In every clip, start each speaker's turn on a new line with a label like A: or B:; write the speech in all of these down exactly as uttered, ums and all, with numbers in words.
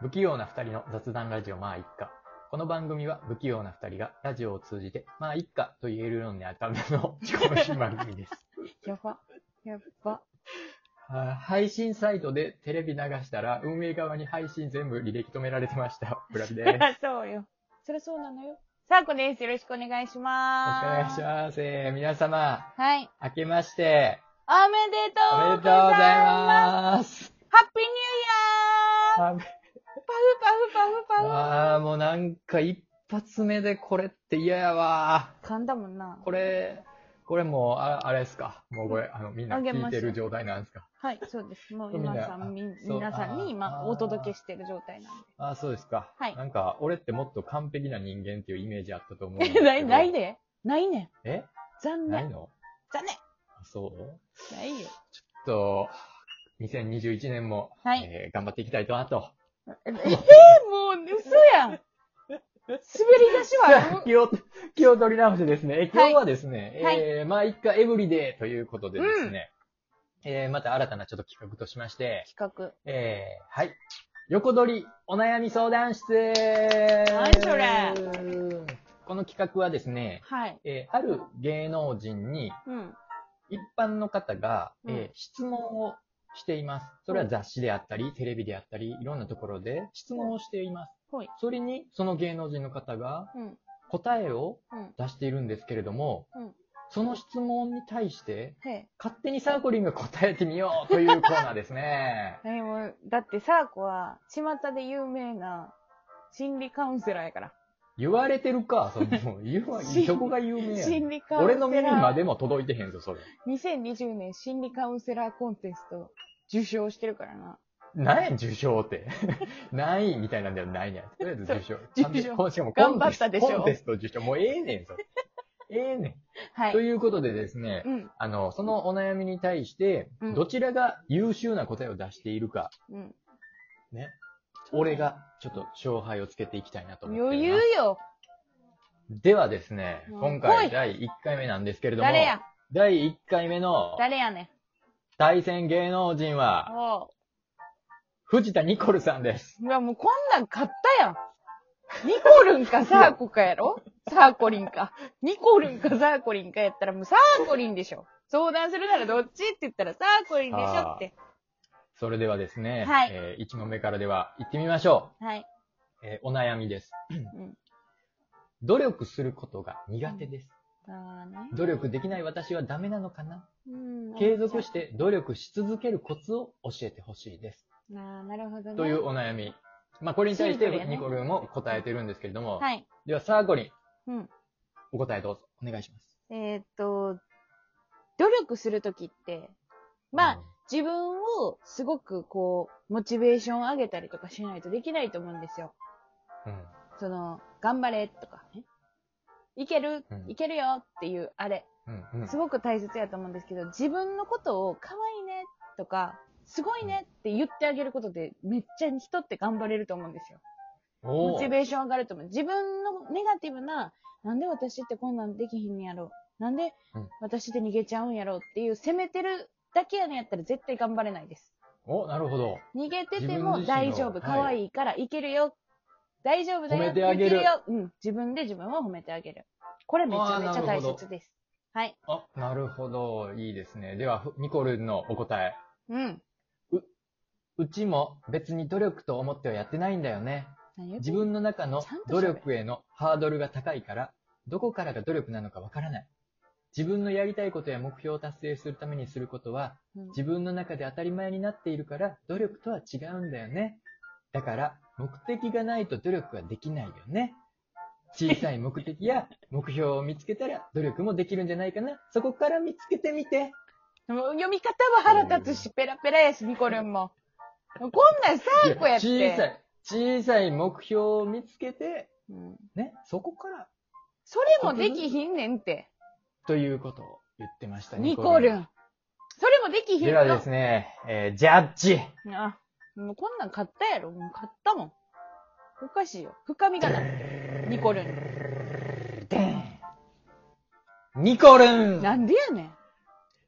A: 不器用な二人の雑談ラジオまあいっか。この番組は不器用な二人がラジオを通じてまあいっかと言えるようになるための自己発信番組です。
B: やば。やば。
A: あ配信サイトでテレビ流したら運営側に配信全部履歴止められてました。ブラビです。よろしく
B: そうよ。そりゃそうなのよ。さあこです。よろしくお願いしま
A: お願いします。えー皆様、
B: す。はい。
A: 明けまして、
B: おめでと
A: おめでとうご
B: うございます。
A: ざいます。
B: ハッピーニューイヤー。
A: あ
B: パフパフパフパフ。
A: あー、もうなんか一発目でこれって嫌やわ
B: 噛んだもんな。
A: これ、これもう、ああれですか。もうこれ、あの、みんな聞いてる状態なんですか。
B: はい、そうです。もう
A: みんな
B: 皆さん、み
A: そう
B: 皆さんに今
A: あー
B: お届けしてる状態なんで。
A: ああ、そうですか。
B: はい
A: なんか、俺ってもっと完璧な人間っていうイメージあったと思うんですけ
B: え、
A: ど。
B: ない、ないでないねん。
A: え
B: 残念。
A: ないの
B: 残念。
A: あそう
B: ないよ。
A: ちょっと、にせんにじゅういちねんも、
B: はい
A: えー頑張っていきたいとなと。
B: え、えー、もう、嘘やん。滑り出しはある
A: 気を、気を取り直してですね、え今日はですね、
B: はい
A: えー、まあ、いっかエブリデイということでですね、えー、また新たなちょっと企画としまして、
B: 企画。
A: えー、はい。横取りお悩み相談室
B: 何それ
A: この企画はですね、
B: はい。
A: えー、ある芸能人に
B: うん。
A: 一般の方が、
B: うん
A: えー質問をしています。それは雑誌であったり、テレビであったり、いろんなところで質問をしています。
B: ほい。
A: それに、その芸能人の方が
B: うん。
A: 答えを
B: うん。
A: 出しているんですけれども、
B: うん。
A: その質問に対して、
B: へえ。
A: 勝手にサーコリンが答えてみようというコーナーですね。
B: え、もう、だってサーコは、巷で有名な心理カウンセラーやから。
A: 言われてるか、その、言わ、
B: し
A: そこが有名やねん。
B: 心理カウンセラー。
A: 俺の耳までも届いてへんぞ、それ。
B: にせんにじゅうねん心理カウンセラーコンテスト受賞してるからな。
A: 何や、受賞って。何位みたいなんだよ、ないねん。とりあえず受賞。
B: 受賞
A: こしかもコンテスト、
B: 頑張ったでしょ
A: コンテスト受賞。もうええねん、それ。ええねん。
B: はい。
A: ということでですね、
B: うん。
A: あの、そのお悩みに対して
B: う、ん
A: どちらが優秀な答えを出しているか、
B: うん。
A: ね。俺がちょっと勝敗をつけていきたいなと思っており
B: 余
A: ます。
B: 裕よ。
A: ではですね、
B: うん
A: 今
B: 来い
A: 回だいいっかいめなんですけれども、
B: 誰や
A: だいいっかいめの
B: 誰やね
A: 対戦芸能人
B: ん。
A: は、
B: おう。
A: 藤田ニコルさんです。
B: うわ、もうこんなん買ったやん。ニコルンかサーコかやろサーコリンか。ニコルンかサーコリンかやったらもうサーコリンでしょ。相談するならどっちって言ったらサーコリンでしょって。
A: それではですね、
B: はい
A: えいち問目からでは行ってみましょ
B: はい。
A: う。えーお悩みです。
B: うん。
A: 努力することが苦手です。
B: あーね。
A: 努力できない私はダメなのかな
B: うん。
A: 継続して努力し続けるコツを教えてほしいです。
B: あー、なるほどね。
A: というお悩み。まあ、これに対して
B: シンプルやね
A: ニコルも答えてるんですけれども、
B: はい。
A: では、サーコリン、
B: うん。
A: お答えどうぞ。お願いします。
B: えーっと、努力するときって、まあ、自分をすごくこう、モチベーション上げたりとかしないとできないと思うんですよ。
A: うん、うん。
B: その、頑張れとかね。いける、
A: うん
B: いけるよっていうあれ、
A: うん、うん。
B: すごく大切やと思うんですけど、自分のことを可愛いねとか、すごいねって言ってあげることで、めっちゃ人って頑張れると思うんですよ。
A: おー
B: モチベーション上がると思う。自分のネガティブな、なんで私ってこんなんできひんやろ。なんで
A: うん
B: 私って逃げちゃうんやろっていう責めてるだけやねんやったら絶対頑張れないです。
A: お、なるほど。
B: 逃げてて
A: 自分
B: も
A: 自身の
B: 大丈夫。
A: はい
B: 可愛いからいけるよ。大丈夫だよ。
A: 褒めてあげる
B: いけるよ。うん。自分で自分を褒めてあげる。これめちゃめちゃ大
A: あーなるほど
B: 切です。はい。
A: あ、なるほど。いいですね。では、ニコルのお答え。
B: うん。
A: うちも別に努力と思ってはやってないんだよね。
B: 何言うて
A: 自分の中の
B: ちゃんと
A: 努
B: 喋れ
A: 力へのハードルが高いから、どこからが努力なのかわからない。自分のやりたいことや目標を達成するためにすることは、
B: うん
A: 自分の中で当たり前になっているから、努力とは違うんだよね。だから、目的がないと努力はできないよね。小さい目的や目標を見つけたら努力もできるんじゃないかな。そこから見つけてみて。
B: もう読み方は腹立つし、ペラペラやし、ニコルンも。こんなんサーコやって。
A: 小さい、小さい目標を見つけて、
B: うん。
A: ね、そこから、
B: それもできひんねんって。
A: ということを言ってました、
B: ニコルン。それもできひんの。
A: ではですね、えー、ジャッジ。
B: あ、もうこんなん買ったやろ。もう買ったもん。おかしいよ。深みがない。ニコルン。
A: ニコルン
B: なんでやねん。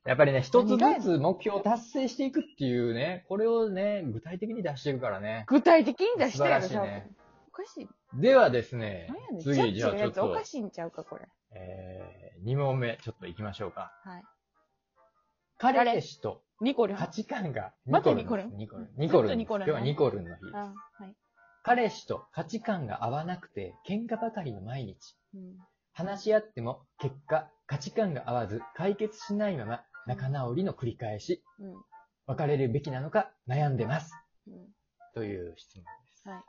A: やっぱりね、一つずつ目標を達成していくっていうね、これをね、具体的に出していくからね。
B: 具体的に出してる
A: 素晴らしいね。
B: おかしい。
A: ではですね
B: 何やねん、、
A: 次、じゃあ
B: ジャッジの
A: ちょっと
B: やつおか、しいんちゃうか、これ。
A: えー、に問目、ちょっと行きましょうか。
B: はい。
A: 彼氏と
B: ニコルン。
A: 価値観が、
B: またニコルン
A: ニコルン。ニコルン。
B: ずっとニコルン
A: 今日はニコルンの日です。
B: あ、はい。
A: 彼氏と価値観が合わなくて喧嘩ばかりの毎日。
B: うん。
A: 話し合っても結果価値観が合わず解決しないまま仲直りの繰り返し。
B: うん。
A: 別れるべきなのか悩んでます。
B: うん。
A: という質問です。
B: はい。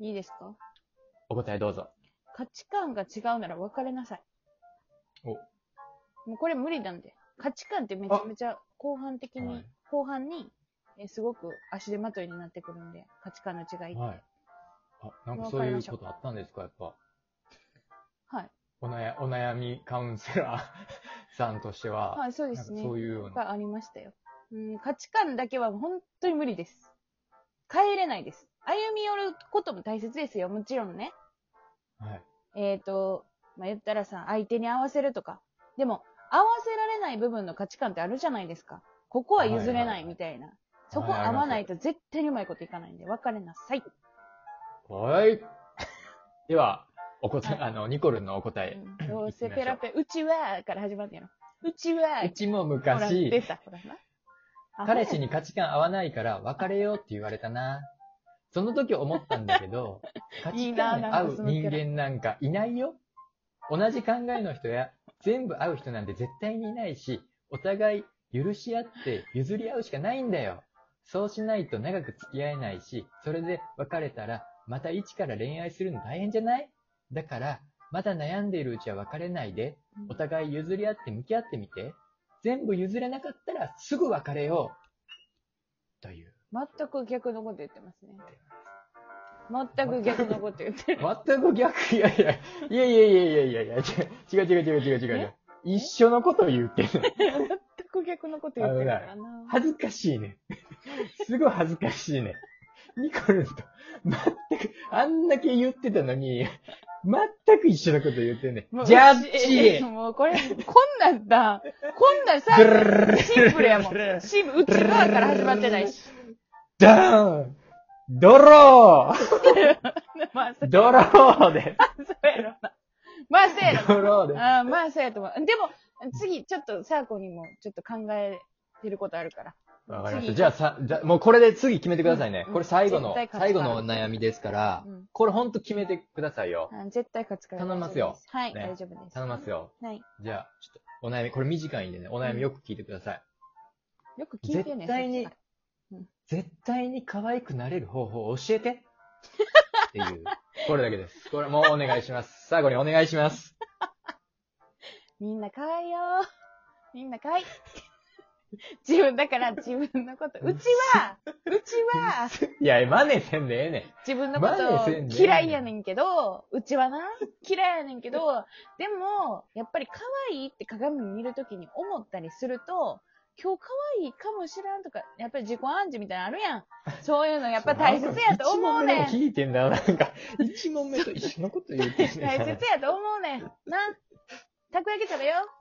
B: いいですか？
A: お答えどうぞ。
B: 価値観が違うなら別れなさい。
A: お。
B: もうこれ無理なんで。価値観ってめちゃめちゃ後半的に、
A: はい
B: 後半に、えすごく足手まといになってくるんで、価値観の違いって。
A: はい。あ、なんかそういうことあったんですか、やっぱ。
B: はい。
A: お悩お悩みカウンセラーさんとしては。
B: はい、そうですね。
A: なんかそういうような。
B: がありましたよ。うん、価値観だけは本当に無理です。変えれないです。歩み寄ることも大切ですよ、もちろんね。
A: はい。
B: えっと、まあ、言ったらさ、相手に合わせるとか。でも、合わせられない部分の価値観ってあるじゃないですか。ここは譲れないみたいな。そこ合わないと絶対にうまいこといかないんで、別れなさい。
A: はい。では、お答え、あの、ニコルンのお答え。
B: うん、どうせペラペラ、うちはから始まってんやろ。うちは、
A: うちも
B: ほら、出
A: 昔、
B: た、ほらな。
A: 彼氏に価値観合わないから別れようって言われたな。その時思ったんだけど、価値観合う人間なんかいないよ。同じ考えの人や全部合う人なんて絶対にいないし、お互い許し合って譲り合うしかないんだよ。そうしないと長く付き合えないし、それで別れたらまた一から恋愛するの大変じゃない？だから、まだ悩んでいるうちは別れないで、お互い譲り合って向き合ってみて。全部譲れなかったらすぐ別れよう。という。
B: 全く逆のこと言ってますね。全く逆のこと言ってる。
A: 全く逆、いやいや、いやいやいやいやいやいや、違う違う違う違う違う違う違う。一緒のこと言ってる。
B: 全く逆のこと言ってるからな。
A: 恥ずかしいね。すごい恥ずかしいね。ニコルンと、全く、あんだけ言ってたのに、全く一緒のこと言ってんね。ジャッジ
B: もうこれ、こんなんだ。こんなんさ、シンプルやもん。シンプル、内側から始まってないし。
A: ダーンドロー
B: まあ、
A: ドローで。
B: そうやろな。まあ、そうやろな。
A: ドローで。
B: ああ、まあ、そうやと思う。でも、次、ちょっと、サーコにも、ちょっと考えてることあるから。
A: わかりました。じゃあさ、じゃあもうこれで次決めてくださいね。
B: うん、
A: これ最後の、最後のお
B: 悩
A: 悩みですから、
B: うん、
A: これほんと決めてくださいよ。
B: 絶対勝つから。
A: 頼みますよ。
B: はい、
A: ね、
B: 大丈夫です。
A: 頼みますよ。
B: はい。
A: じゃあ、ちょっと、お悩み、これ短いんでね、お悩みよく聞いてください。
B: よく聞いてね。
A: 絶対に、うん、絶対に可愛くなれる方法を教えてっていう、これだけです。これもうお願いします。最後にお願いします。
B: みんな可愛いよ。みんな可愛い。自分、だから自分のこと、うちは、うちは、
A: いや、真似せんでええねん。
B: 自分のこと嫌いやねんけど、うちはな、嫌いやねんけど、でも、やっぱり可愛いって鏡見るときに思ったりすると、今日可愛いかもしらんとか、やっぱり自己暗示みたいなのあるやん。そういうのやっぱ大切やと思うねん。
A: 一問目でも聞いてんだよ、なんか。一問目と一緒のこと言ってんねん。
B: 大切やと思うねん。な。たこ焼き食べよう。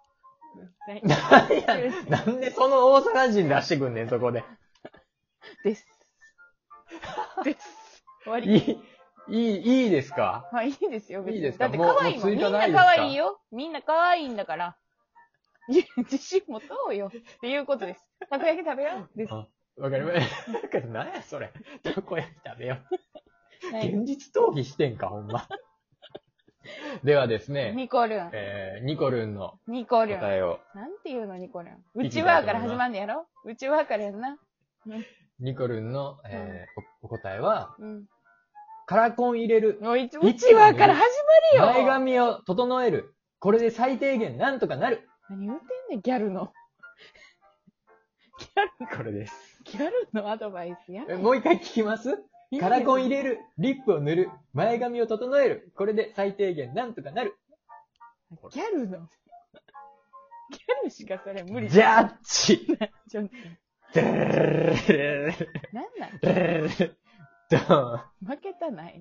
A: なんでその大阪人出してくんねん、そこで。
B: です。です。終わり。
A: いい、いい、いいですか？
B: はい、いいですよ。
A: いいですか？
B: だって可愛いもん。みんな可愛いよ。みんな可愛いんだから。自信持とうよ。っていうことです。たこ焼き食べよう。です。
A: わかりました。なんか何やそれ。たこ焼き食べよう。はい、現実逃避してんか、ほんま。ではですね。
B: ニコルン。
A: えー、ニコルンの
B: ニコルン。
A: 答えを。
B: なんていうの、ニコルン。うちわから始まんねやろ？うちわからやんな。
A: ニコルンの、えーうん、お答えは、
B: うん、
A: カラコン入れる。
B: うちわから始まるよ。
A: 前髪を整える。これで最低限なんとかなる。
B: 何言うてんねん、ギャルの。ギャル
A: これです。
B: ギャルのアドバイスや。
A: もう一回聞きます？カラコン入れる、リップを塗る、前髪を整える。これで最低限なんとかなる。
B: ギャルの。ギャルしかそれ無理。
A: ジャッジ
B: ちょっと。なんなん負けたないね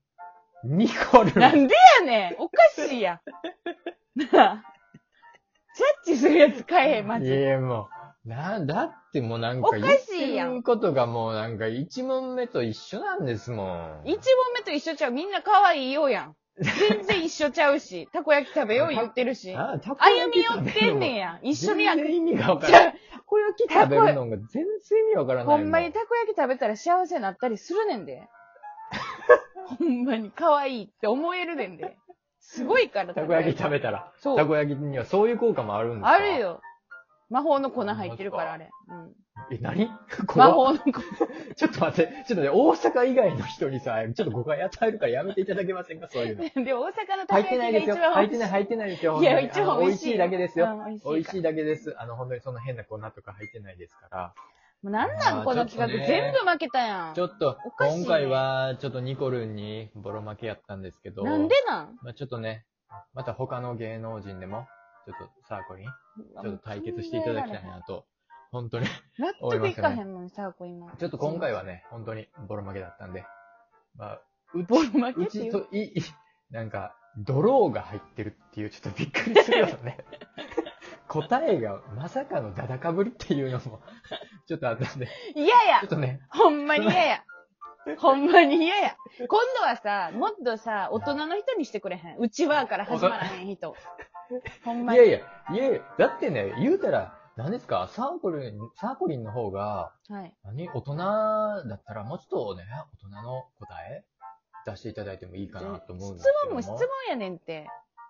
B: ん。
A: ニコルン。
B: なんでやねんおかしいやん。なあ。 ャッジするやつ買えへん、マ
A: い
B: ジで。
A: や、もう、な、だってもうなんか
B: おかしいやん
A: 言ってることがもうなんか一問目と一緒なんですもん。
B: 一問目と一緒ちゃう。みんな可愛いよやん。全然一緒ちゃうし、たこ焼き食べよう言ってるし。
A: あ、たこ
B: 歩
A: 焼き
B: み寄ってんねんやん。一緒にやん。
A: 全然意味がわからない。たこ焼き食べるのが全然意味わからないもん。
B: ほんまにたこ焼き食べたら幸せになったりするねんで。ほんまに可愛いって思えるねんで。すごいから、
A: たこ焼き食べたら。
B: そう
A: たこ焼きにはそういう効果もあるんですか？
B: ある。よ。魔法の粉入ってるから、あれ。うん。
A: え、何
B: 魔
A: 怖っ
B: 法の粉。
A: ちょっと待って、ちょっとね、大阪以外の人にさ、ちょっと誤解与えるからやめていただけませんか、そういうの。
B: で、大阪のたこ
A: 入って
B: 焼きが一
A: ないですよ。
B: 番美味しい。
A: 入ってない、入ってないですよ。
B: いや
A: 本当に
B: 一番
A: あの美味しい
B: 美味しいよ
A: だけですよ。
B: うん美味しいから
A: 美味しいだけです。あの、本当にその変な粉とか入ってないですから。
B: もうなんなんこの企画、
A: あーちょっとね
B: 全部負けたやん。
A: ちょっと
B: お、かしいね
A: 今回は、ちょっとニコルンにボロ負けやったんですけど。
B: なんでなん
A: まあちょっとね、また他の芸能人でも、ちょっとサーコリン、ちょっと対決していただきたいなと、本当に。
B: 納得いかへんもん、さあ、こ今。
A: ちょっと今回はね、本当にボロ負けだったんで。まあ、うち、
B: ボロ負け
A: う
B: っていう
A: ちと、い、い、なんか、ドローが入ってるっていう、ちょっとびっくりするよね。答えがまさかのダダかぶりっていうのも、ちょっとあったんで。
B: 嫌や
A: ちょっとね。
B: ほんまに嫌や。ほんまに嫌や。今度はさ、もっとさ、大人の人にしてくれへん。うちわから始まらへん人。ほんまに。
A: いやいや、いやいや、だってね、言うたら、何ですか、サーコリン、サーコリンの方が、
B: はい。
A: 何大人だったらもうちょっとね、大人の答え出していただいてもいいかなと思うんです
B: 質
A: けども。
B: 問も質問やねんって。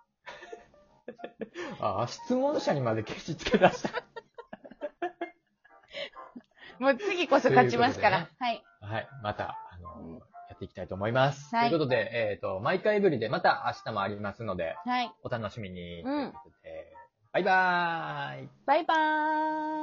A: ああ、質問者にまでケチつけ出した。
B: もう次こそ勝ちますから。
A: というこ
B: はい。
A: はい。また、あの、
B: うん
A: やっていきたいと思います。
B: はい
A: ということで、えっ、と、毎回ぶりでまた明日もありますので、
B: はい。
A: お楽しみに。
B: うん
A: ということでバイバーイ。
B: バイバーイ。